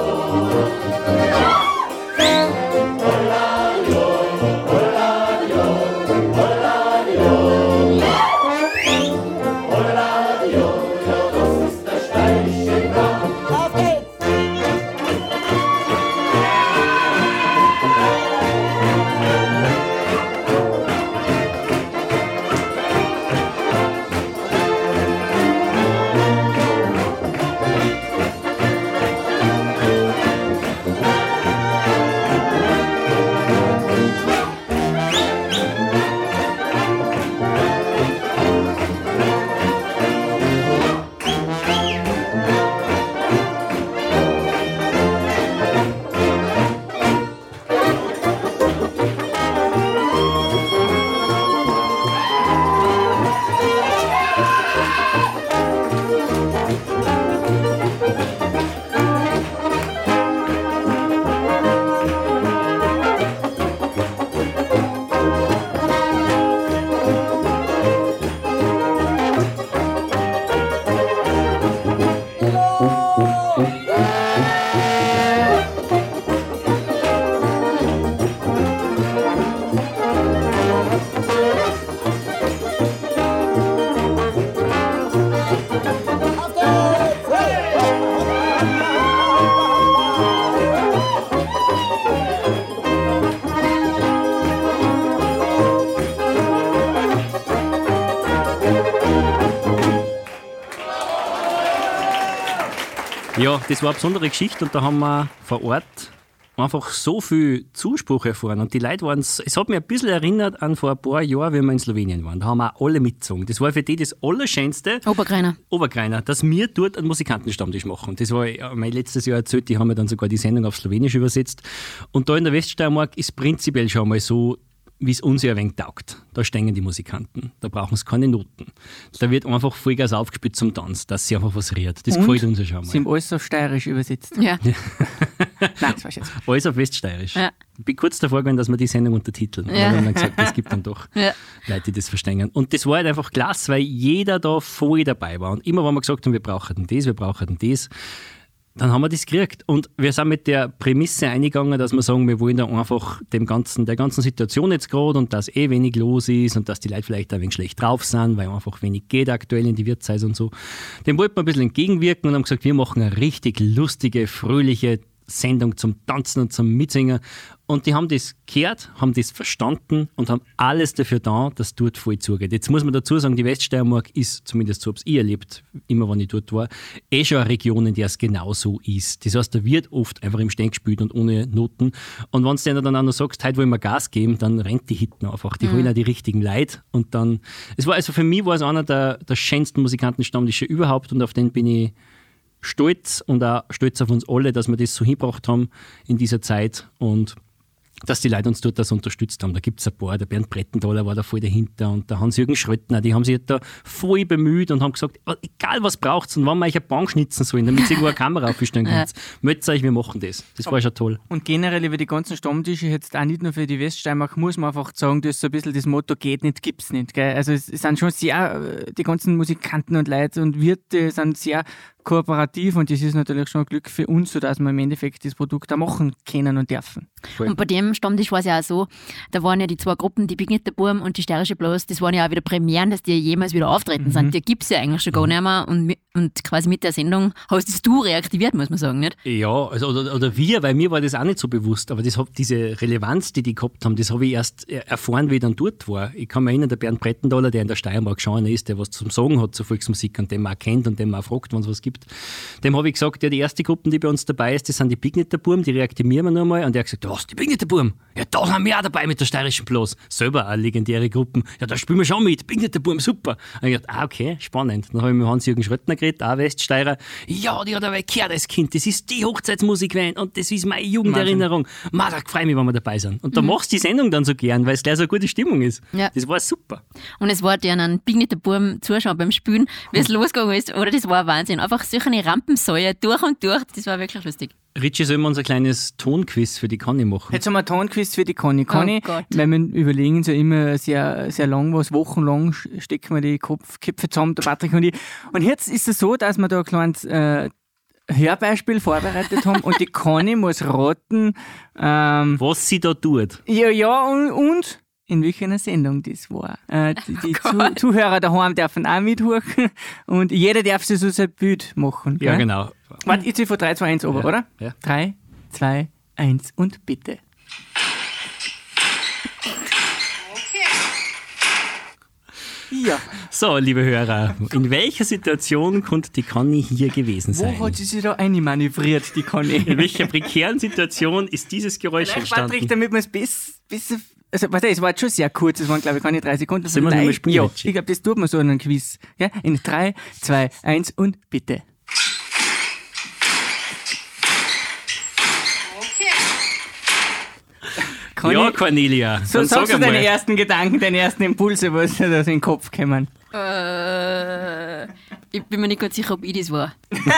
Ja, das war eine besondere Geschichte und da haben wir vor Ort einfach so viel Zuspruch erfahren. Und die Leute waren, es hat mich ein bisschen erinnert an vor ein paar Jahren, wie wir in Slowenien waren. Da haben wir auch alle mitgezogen. Das war für die das Allerschönste. Obergreiner. Obergreiner, dass wir dort einen Musikantenstammtisch machen. Das war mein letztes Jahr erzählt, die haben mir dann sogar die Sendung auf Slowenisch übersetzt. Und da in der Weststeiermark ist prinzipiell schon mal so, wie es uns ja ein wenig taugt. Da stehen die Musikanten, da brauchen sie keine Noten. Da wird einfach Vollgas aufgespielt zum Tanz, dass sie einfach was rührt. Das und gefällt uns ja schon mal. Sie haben alles auf Steirisch übersetzt. Ja. Nein, das war jetzt. Alles auf Weststeirisch. Ja. Ich bin kurz davor gewesen, dass wir die Sendung untertiteln. Ja. Aber dann haben wir gesagt, es gibt dann doch ja. Leute, die das verstehen. Und das war halt einfach klasse, weil jeder da voll dabei war. Und immer, wenn wir gesagt haben, wir brauchen das, wir brauchen das, dann haben wir das gekriegt. Und wir sind mit der Prämisse eingegangen, dass wir sagen, wir wollen da einfach dem ganzen, der ganzen Situation jetzt gerade und dass eh wenig los ist und dass die Leute vielleicht auch ein wenig schlecht drauf sind, weil einfach wenig geht aktuell in die Wirtshäuser und so. Dem wollten wir ein bisschen entgegenwirken und haben gesagt, wir machen eine richtig lustige, fröhliche Sendung zum Tanzen und zum Mitsingen. Und die haben das gehört, haben das verstanden und haben alles dafür da, dass dort voll zugeht. Jetzt muss man dazu sagen, die Weststeiermark ist, zumindest so habe ich erlebt, immer wenn ich dort war, eh schon eine Region, in der es genau so ist. Das heißt, da wird oft einfach im Stehen gespielt und ohne Noten. Und wenn du denen dann auch noch sagst, heute wollen wir Gas geben, dann rennt die Hitten einfach. Die mhm. holen auch die richtigen Leute. Und dann, es war also für mich war es einer der, der schönsten Musikantenstammtische überhaupt und auf den bin ich stolz und auch stolz auf uns alle, dass wir das so hingebracht haben in dieser Zeit. Und dass die Leute uns dort das unterstützt haben. Da gibt es ein paar, der Bernd Brettenthaler war da voll dahinter und der Hans-Jürgen Schröttner, die haben sich da voll bemüht und haben gesagt, egal was braucht und wenn wir euch eine Bank schnitzen sollen, damit ihr irgendwo eine Kamera aufstellen könnt, ja. meldet euch, wir machen das. Das war schon toll. Und generell über die ganzen Stammtische, jetzt auch nicht nur für die Weststeiermark, muss man einfach sagen, das ist so ein bisschen das Motto, geht nicht, gibt's nicht. Gell? Also es sind schon sehr, die ganzen Musikanten und Leute und Wirte sind sehr kooperativ und das ist natürlich schon ein Glück für uns, sodass wir im Endeffekt das Produkt auch machen können und dürfen. Voll. Und bei dem Stammtisch war es ja auch so, da waren ja die zwei Gruppen, die Bignitterburm und die Steirische Blas, das waren ja auch wieder Premieren, dass die jemals wieder auftreten mhm. sind. Die gibt es ja eigentlich schon gar nicht mehr und, und quasi mit der Sendung hast es du reaktiviert, muss man sagen, nicht? Ja, also, oder, oder wir, weil mir war das auch nicht so bewusst, aber das hab, diese Relevanz, die die gehabt haben, das habe ich erst erfahren, wie ich dann dort war. Ich kann mich erinnern, der Bernd Brettenthaler, der in der Steiermark schon ist, der was zum Sagen hat zur Volksmusik und den man auch kennt und den man auch fragt, wenn es was gibt. Dem habe ich gesagt, ja, die erste Gruppe, die bei uns dabei ist, das sind die Bignitterburm, die reaktivieren wir nur mal. Und der hat gesagt, was, die Bignitterburm? Ja, da sind wir auch dabei mit der Steirischen Blas. Selber eine legendäre Gruppe. Ja, da spielen wir schon mit. Bignitterburm, super. Und ich dachte, ah, okay, spannend. Dann habe ich mit Hans-Jürgen Schröttner geredet, auch Weststeirer. Ja, die hat aber gehört als Kind. Das ist die Hochzeitsmusik gewesen und das ist meine Jugenderinnerung. Man, da freue mich, wenn wir dabei sind. Und da mhm. machst du die Sendung dann so gern, weil es gleich so eine gute Stimmung ist. Ja. Das war super. Und es war dir einen Bignitterburm zuschauen beim Spielen, wie es losgegangen ist. Oder das war ein Wahnsinn. Einfach solche Rampensäue durch und durch. Das war wirklich lustig. Richie, sollen wir uns ein kleines Tonquiz für die Conny machen? Jetzt haben wir ein Tonquiz für die Conny. Conny, oh weil wir überlegen uns ja immer sehr, sehr lang was, wochenlang stecken wir die Kopf, Köpfe zusammen, der Patrick und ich. Und jetzt ist es so, dass wir da ein kleines äh, Hörbeispiel vorbereitet haben und die Conny muss raten, ähm, was sie da tut. Ja, ja, und, und in welcher Sendung das war. Äh, die die oh Zu- Zuhörer daheim dürfen auch mithören und jeder darf sich so sein Bild machen. Gell? Ja, genau. Warte, ich zähle von drei, zwei, eins oben, ja, oder? Ja. drei, zwei, eins und bitte. Okay. Ja. So, liebe Hörer, in welcher Situation konnte die Conny hier gewesen sein? Wo hat sie sich da einmanövriert, die Conny? In welcher prekären Situation ist dieses Geräusch Vielleicht, entstanden? Patrick, damit man es besser... besser also, warte, es war jetzt schon sehr kurz, es waren, glaube ich, keine drei Sekunden. Sollen wir es nochmal spielen? Ja, ich glaube, das tut man so in einem Quiz. Ja, in drei, zwei, eins und bitte. Okay. Ja, Cornelia. So dann sagst sag du einmal. deine ersten Gedanken, deine ersten Impulse, was dir da in den Kopf kommen. Äh, ich bin mir nicht ganz sicher, ob ich das war.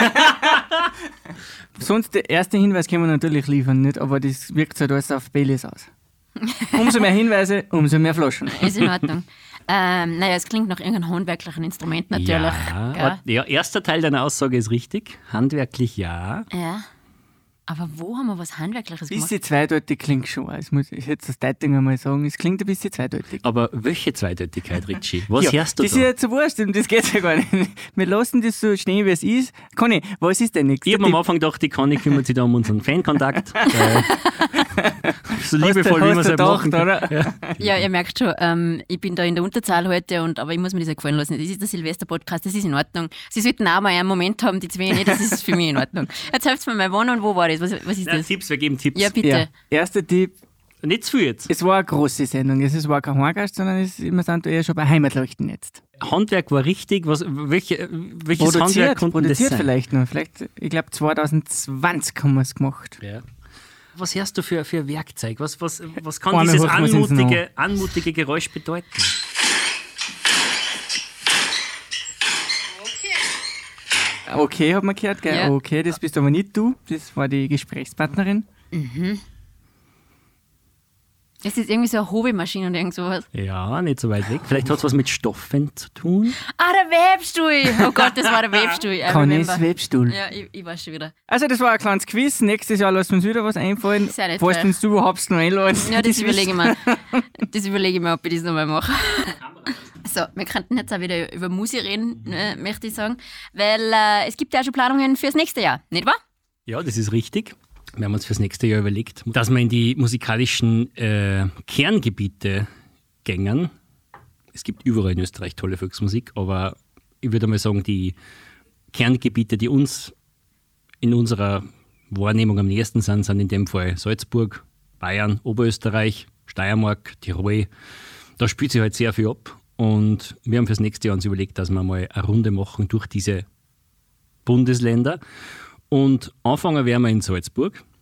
Sonst, der erste Hinweis können wir natürlich liefern, nicht? Aber das wirkt halt alles auf Baileys aus. Umso mehr Hinweise, umso mehr Flaschen. Ist in Ordnung. Ähm, naja, es klingt nach irgendeinem handwerklichen Instrument natürlich. Ja, gell? ja, erster Teil deiner Aussage ist richtig. Handwerklich ja. Ja. Aber wo haben wir was Handwerkliches Ein gemacht? bisschen zweideutig klingt schon. Ich muss ich jetzt das Deutung einmal sagen, es klingt ein bisschen zweideutig. Aber welche Zweideutigkeit, Richie? Was ja, hörst du das da? ist ja zu wurscht, um das geht ja gar nicht. Wir lassen das so stehen, wie es ist. Conny, was ist denn nichts? Ich habe am Anfang gedacht, die Conny kümmert sich da um unseren Fankontakt. äh, so liebevoll, wie man es halt machen kann. oder? Ja. Ja, ihr merkt schon, ähm, ich bin da in der Unterzahl heute, und, aber ich muss mir das ja gefallen lassen. Das ist der Silvester-Podcast, das ist in Ordnung. Sie sollten auch mal einen Moment haben, die zwei nicht, das ist für mich in Ordnung. Jetzt helft mir mal, wann und wo war das? Was, was ist Ja, das? Tipps, wir geben Tipps. Ja, bitte. Ja. Erster Tipp, Nicht zu viel jetzt. es war eine große Sendung. Es war kein Heimgast, sondern es, wir sind da eher schon bei Heimatleuchten jetzt. Handwerk war richtig. Was, welche, welches Handwerk Produziert, konnte das produziert sein? vielleicht noch. Vielleicht, ich glaube zwanzig zwanzig haben wir es gemacht. Ja. Was hörst du für, für Werkzeug? Was, was, was kann Einmal dieses hoch, was ins anmutige, anmutige Geräusch bedeuten? Okay. Okay, hat man gehört, gell? Ja. Okay, das bist aber nicht du. Das war die Gesprächspartnerin. Das ist irgendwie so eine Hobelmaschine und irgend sowas. Ja, nicht so weit weg. Vielleicht hat es was mit Stoffen zu tun. Ah, der Webstuhl! Oh Gott, das war der Webstuhl. I Connys remember. Webstuhl. Ja, ich, ich weiß schon wieder. Also, das war ein kleines Quiz. Nächstes Jahr lassen wir uns wieder was einfallen. Sehr nett, Falls ja. du uns überhaupt noch einladen. Ja, das überlege ich mir. Das überlege ich mir, ob ich das nochmal mache. So, wir könnten jetzt auch wieder über Musik reden, ne, möchte ich sagen. Weil äh, es gibt ja auch schon Planungen fürs nächste Jahr, nicht wahr? Ja, das ist richtig. Wir haben uns fürs nächste Jahr überlegt, dass wir in die musikalischen äh, Kerngebiete gängen. Es gibt überall in Österreich tolle Volksmusik, aber ich würde mal sagen, die Kerngebiete, die uns in unserer Wahrnehmung am nächsten sind, sind in dem Fall Salzburg, Bayern, Oberösterreich, Steiermark, Tirol. Da spielt sich halt sehr viel ab. Und wir haben fürs nächste Jahr uns überlegt, dass wir mal eine Runde machen durch diese Bundesländer. Und anfangen werden wir in Salzburg.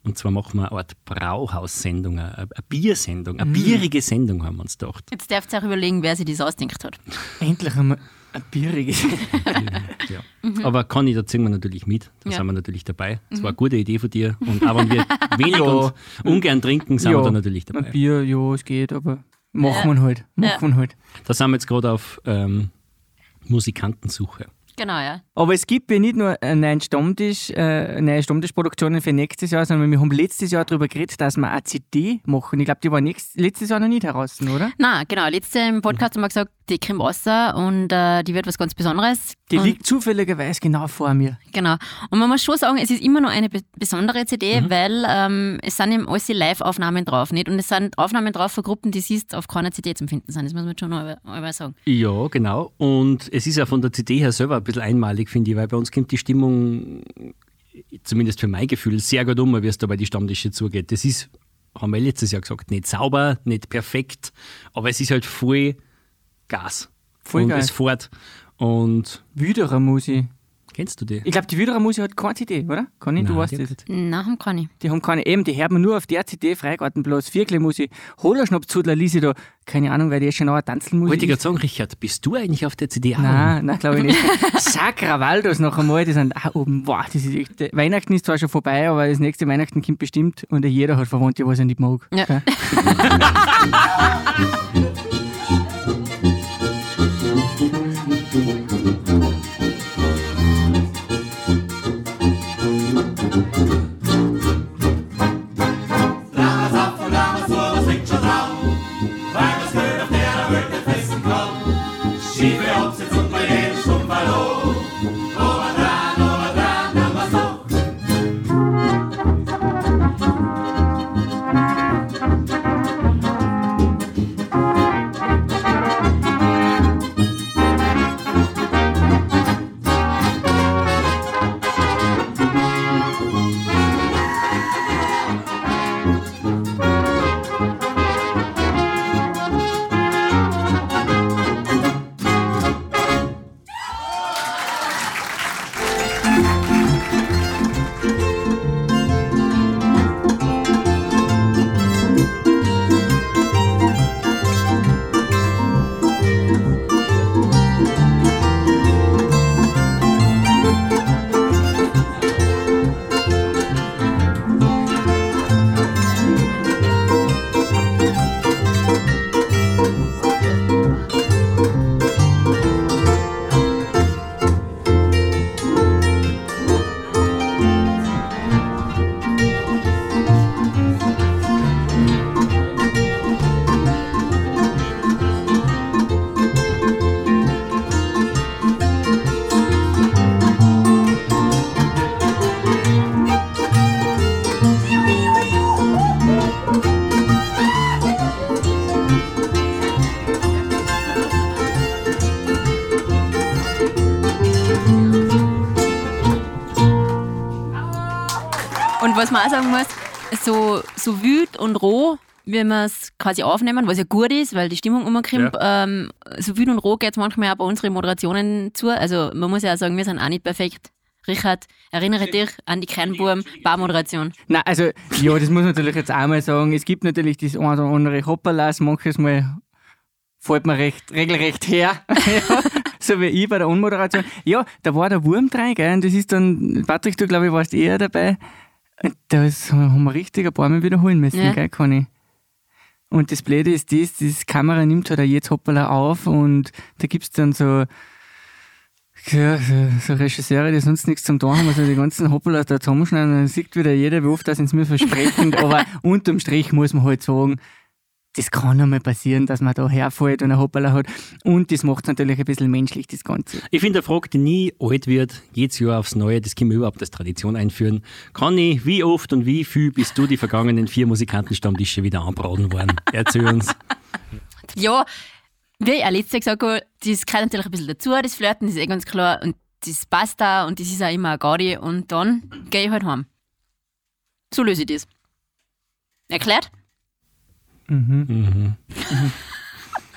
Und zwar machen wir eine Art Brauhaussendung, eine, eine Biersendung, eine bierige Sendung haben wir uns gedacht. Jetzt dürft ihr auch überlegen, wer sich das ausgedacht hat. Endlich einmal ein bieriges. Ja. Mhm. Aber Conny, da ziehen wir natürlich mit. Da Ja. sind wir natürlich dabei. Das war eine gute Idee von dir. Und auch wenn wir wenig und ungern trinken, sind Ja. wir da natürlich Ein dabei. Bier, ja, es geht, aber machen Ja. wir halt. Machen Ja. wir halt. Da sind wir jetzt gerade auf ähm, Musikantensuche. Genau, ja. Aber es gibt ja nicht nur einen neuen Stammtisch, äh, neue Stammtischproduktionen für nächstes Jahr, sondern wir haben letztes Jahr darüber geredet, dass wir eine C D machen. Ich glaube, die war nächst, letztes Jahr noch nicht heraus, oder? Nein, genau. Letzte im Podcast haben wir gesagt, die kommt raus und äh, die wird was ganz Besonderes. Die und, liegt zufälligerweise genau vor mir. Genau. Und man muss schon sagen, es ist immer noch eine be besondere C D, weil ähm, es sind eben alles Live-Aufnahmen drauf, nicht? Und es sind Aufnahmen drauf von Gruppen, die siehst auf keiner C D zum Finden sind. Das muss man schon noch einmal sagen. Ja, genau. Und es ist ja von der C D her selber ein bisschen einmalig, finde ich, weil bei uns kommt die Stimmung, zumindest für mein Gefühl, sehr gut um, wie es da bei den Stammtische zugeht. Das ist, haben wir letztes Jahr gesagt, nicht sauber, nicht perfekt, aber es ist halt voll Gas. Voll und geil. es fährt. Und Wüderer Musi. kennst du die? Ich glaube, die Wüderer Musi hat keine C D, oder? Kann ich, du Nein, weißt die das. hat Nein, haben keine. Die haben keine, eben, die hört man nur auf der C D, Freigartenblas, Vierkle Musi, Holerschnapszudler, Lisi da, keine Ahnung, weil die ist schon noch eine Tanzelmusik. Wollte ich gerade sagen, Richard, bist du eigentlich auf der C D auch? Nein, nein, glaube ich nicht. Sacra Waldos noch einmal, die sind auch oben. Wow, das ist echt. Weihnachten ist zwar schon vorbei, aber das nächste Weihnachten kommt bestimmt und jeder hat Verwandte, was er nicht mag. Ja. Gell? Und was man auch sagen muss, so, so wild und roh, wie wir es quasi aufnehmen, was ja gut ist, weil die Stimmung umkommt, Ja. ähm, so wild und roh geht es manchmal auch bei unseren Moderationen zu. Also man muss ja auch sagen, wir sind auch nicht perfekt. Richard, erinnere dich an die Kernburm Barmoderation. Nein, also, ja, das muss man natürlich jetzt auch mal sagen. Es gibt natürlich das eine oder andere Hopperlas, manches Mal fällt mir recht, regelrecht her. Ja, so wie ich bei der Anmoderation. Ja, da war der Wurm drin, gell, und das ist dann, Patrick, du glaube ich warst eher dabei. Und das haben wir richtig ein paar Mal wiederholen müssen, Ja. gell, Conny? Und das Blöde ist das, die Kamera nimmt halt auch jetzt Hopperla auf und da gibt es dann so, ja, so, so Regisseure, die sonst nichts zum tun haben, also die ganzen Hopperla da zusammenschneiden und dann sieht wieder jeder, wie oft das ins mir versprechend, aber unterm Strich muss man halt sagen, das kann einmal passieren, dass man da herfällt und ein Hopperla hat. Und das macht es natürlich ein bisschen menschlich, das Ganze. Ich finde, eine Frage, die nie alt wird, jedes Jahr aufs Neue, das können wir überhaupt als Tradition einführen. Conny, wie oft und wie viel bist du die vergangenen vier Musikantenstammtische wieder anbraten worden? Erzähl uns. Ja, wie ich auch letztes Jahr gesagt habe, das gehört natürlich ein bisschen dazu, das Flirten, das ist eh ganz klar. Und das passt da und das ist auch immer ein Gaudi. Und dann gehe ich halt heim. So löse ich das. Erklärt? Mhm. Mhm.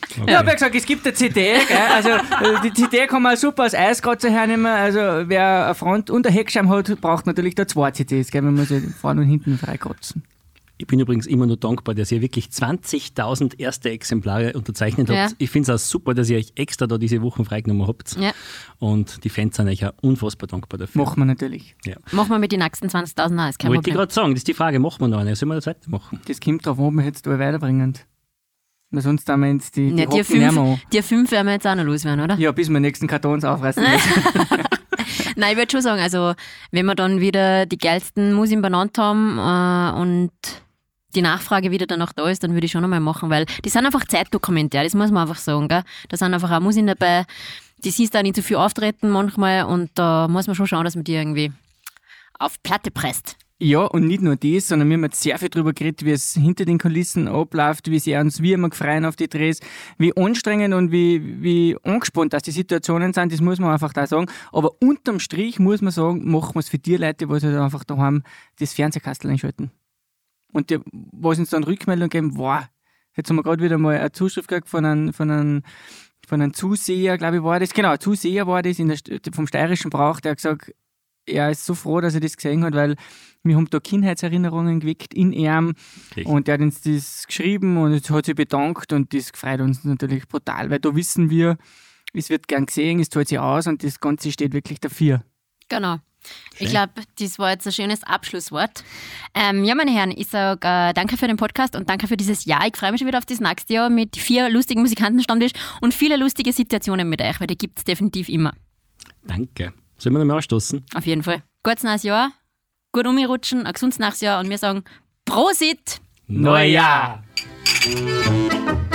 Okay. Ich habe ja gesagt, es gibt eine C D, gell? Also äh, die C D kann man super als Eiskratzer hernehmen. Also wer eine Front- und ein Heckschirm hat, braucht natürlich da zwei C Ds, gell? Man muss ja vorne und hinten freikratzen. Ich bin übrigens immer nur dankbar, dass ihr wirklich zwanzigtausend erste Exemplare unterzeichnet habt. Ja. Ich finde es auch super, dass ihr euch extra da diese Wochen freigenommen habt. Ja. Und die Fans sind euch auch unfassbar dankbar dafür. Machen wir natürlich. Ja. Machen wir mit den nächsten zwanzigtausend auch, ist kein Wollte ich Problem. gerade sagen, das ist die Frage, machen wir noch eine? Sollen wir das weitermachen? Das kommt drauf, ob wir jetzt da weiterbringen. Weil sonst haben wir jetzt die, die Ja, die, Hocken nicht mehr an. fünf, die fünf werden wir jetzt auch noch loswerden, oder? Ja, bis wir den nächsten Kartons aufreißen müssen. Nein, ich würde schon sagen, also wenn wir dann wieder die geilsten Musik benannt haben äh, und die Nachfrage wieder danach da ist, dann würde ich schon einmal machen, weil die sind einfach Zeitdokumentär, das muss man einfach sagen. Gell? Da sind einfach auch Musik dabei, die siehst da nicht so viel auftreten manchmal und da muss man schon schauen, dass man die irgendwie auf Platte presst. Ja, und nicht nur das, sondern wir haben jetzt sehr viel darüber geredet, wie es hinter den Kulissen abläuft, wie sie uns wie immer gefreien auf die Drehs, wie anstrengend und wie, wie angespannt dass die Situationen sind, das muss man einfach da sagen. Aber unterm Strich muss man sagen, machen wir es für die Leute, die halt einfach daheim das Fernsehkastel einschalten. Und die, was uns dann Rückmeldung geben, wow, jetzt haben wir gerade wieder mal eine Zuschrift gekriegt von einem, von einem, von einem Zuseher, glaube ich, war das, genau, Zuseher war das in der, vom steirischen Brauch, der hat gesagt, er ist so froh, dass er das gesehen hat, weil wir haben da Kindheitserinnerungen geweckt in ihm und der hat uns das geschrieben und jetzt hat sich bedankt und das freut uns natürlich brutal, weil da wissen wir, es wird gern gesehen, es zahlt sich aus und das Ganze steht wirklich dafür. Genau. Schön. Ich glaube, das war jetzt ein schönes Abschlusswort. Ähm, ja, meine Herren, ich sage äh, danke für den Podcast und danke für dieses Jahr. Ich freue mich schon wieder auf das nächste Jahr mit vier lustigen Musikantenstammtisch und viele lustige Situationen mit euch, weil die gibt es definitiv immer. Danke. Sollen wir noch mal anstoßen? Auf jeden Fall. Gutes neues Jahr, gut umrutschen, ein gesundes neues Jahr und wir sagen Prosit! Neujahr! Neujahr.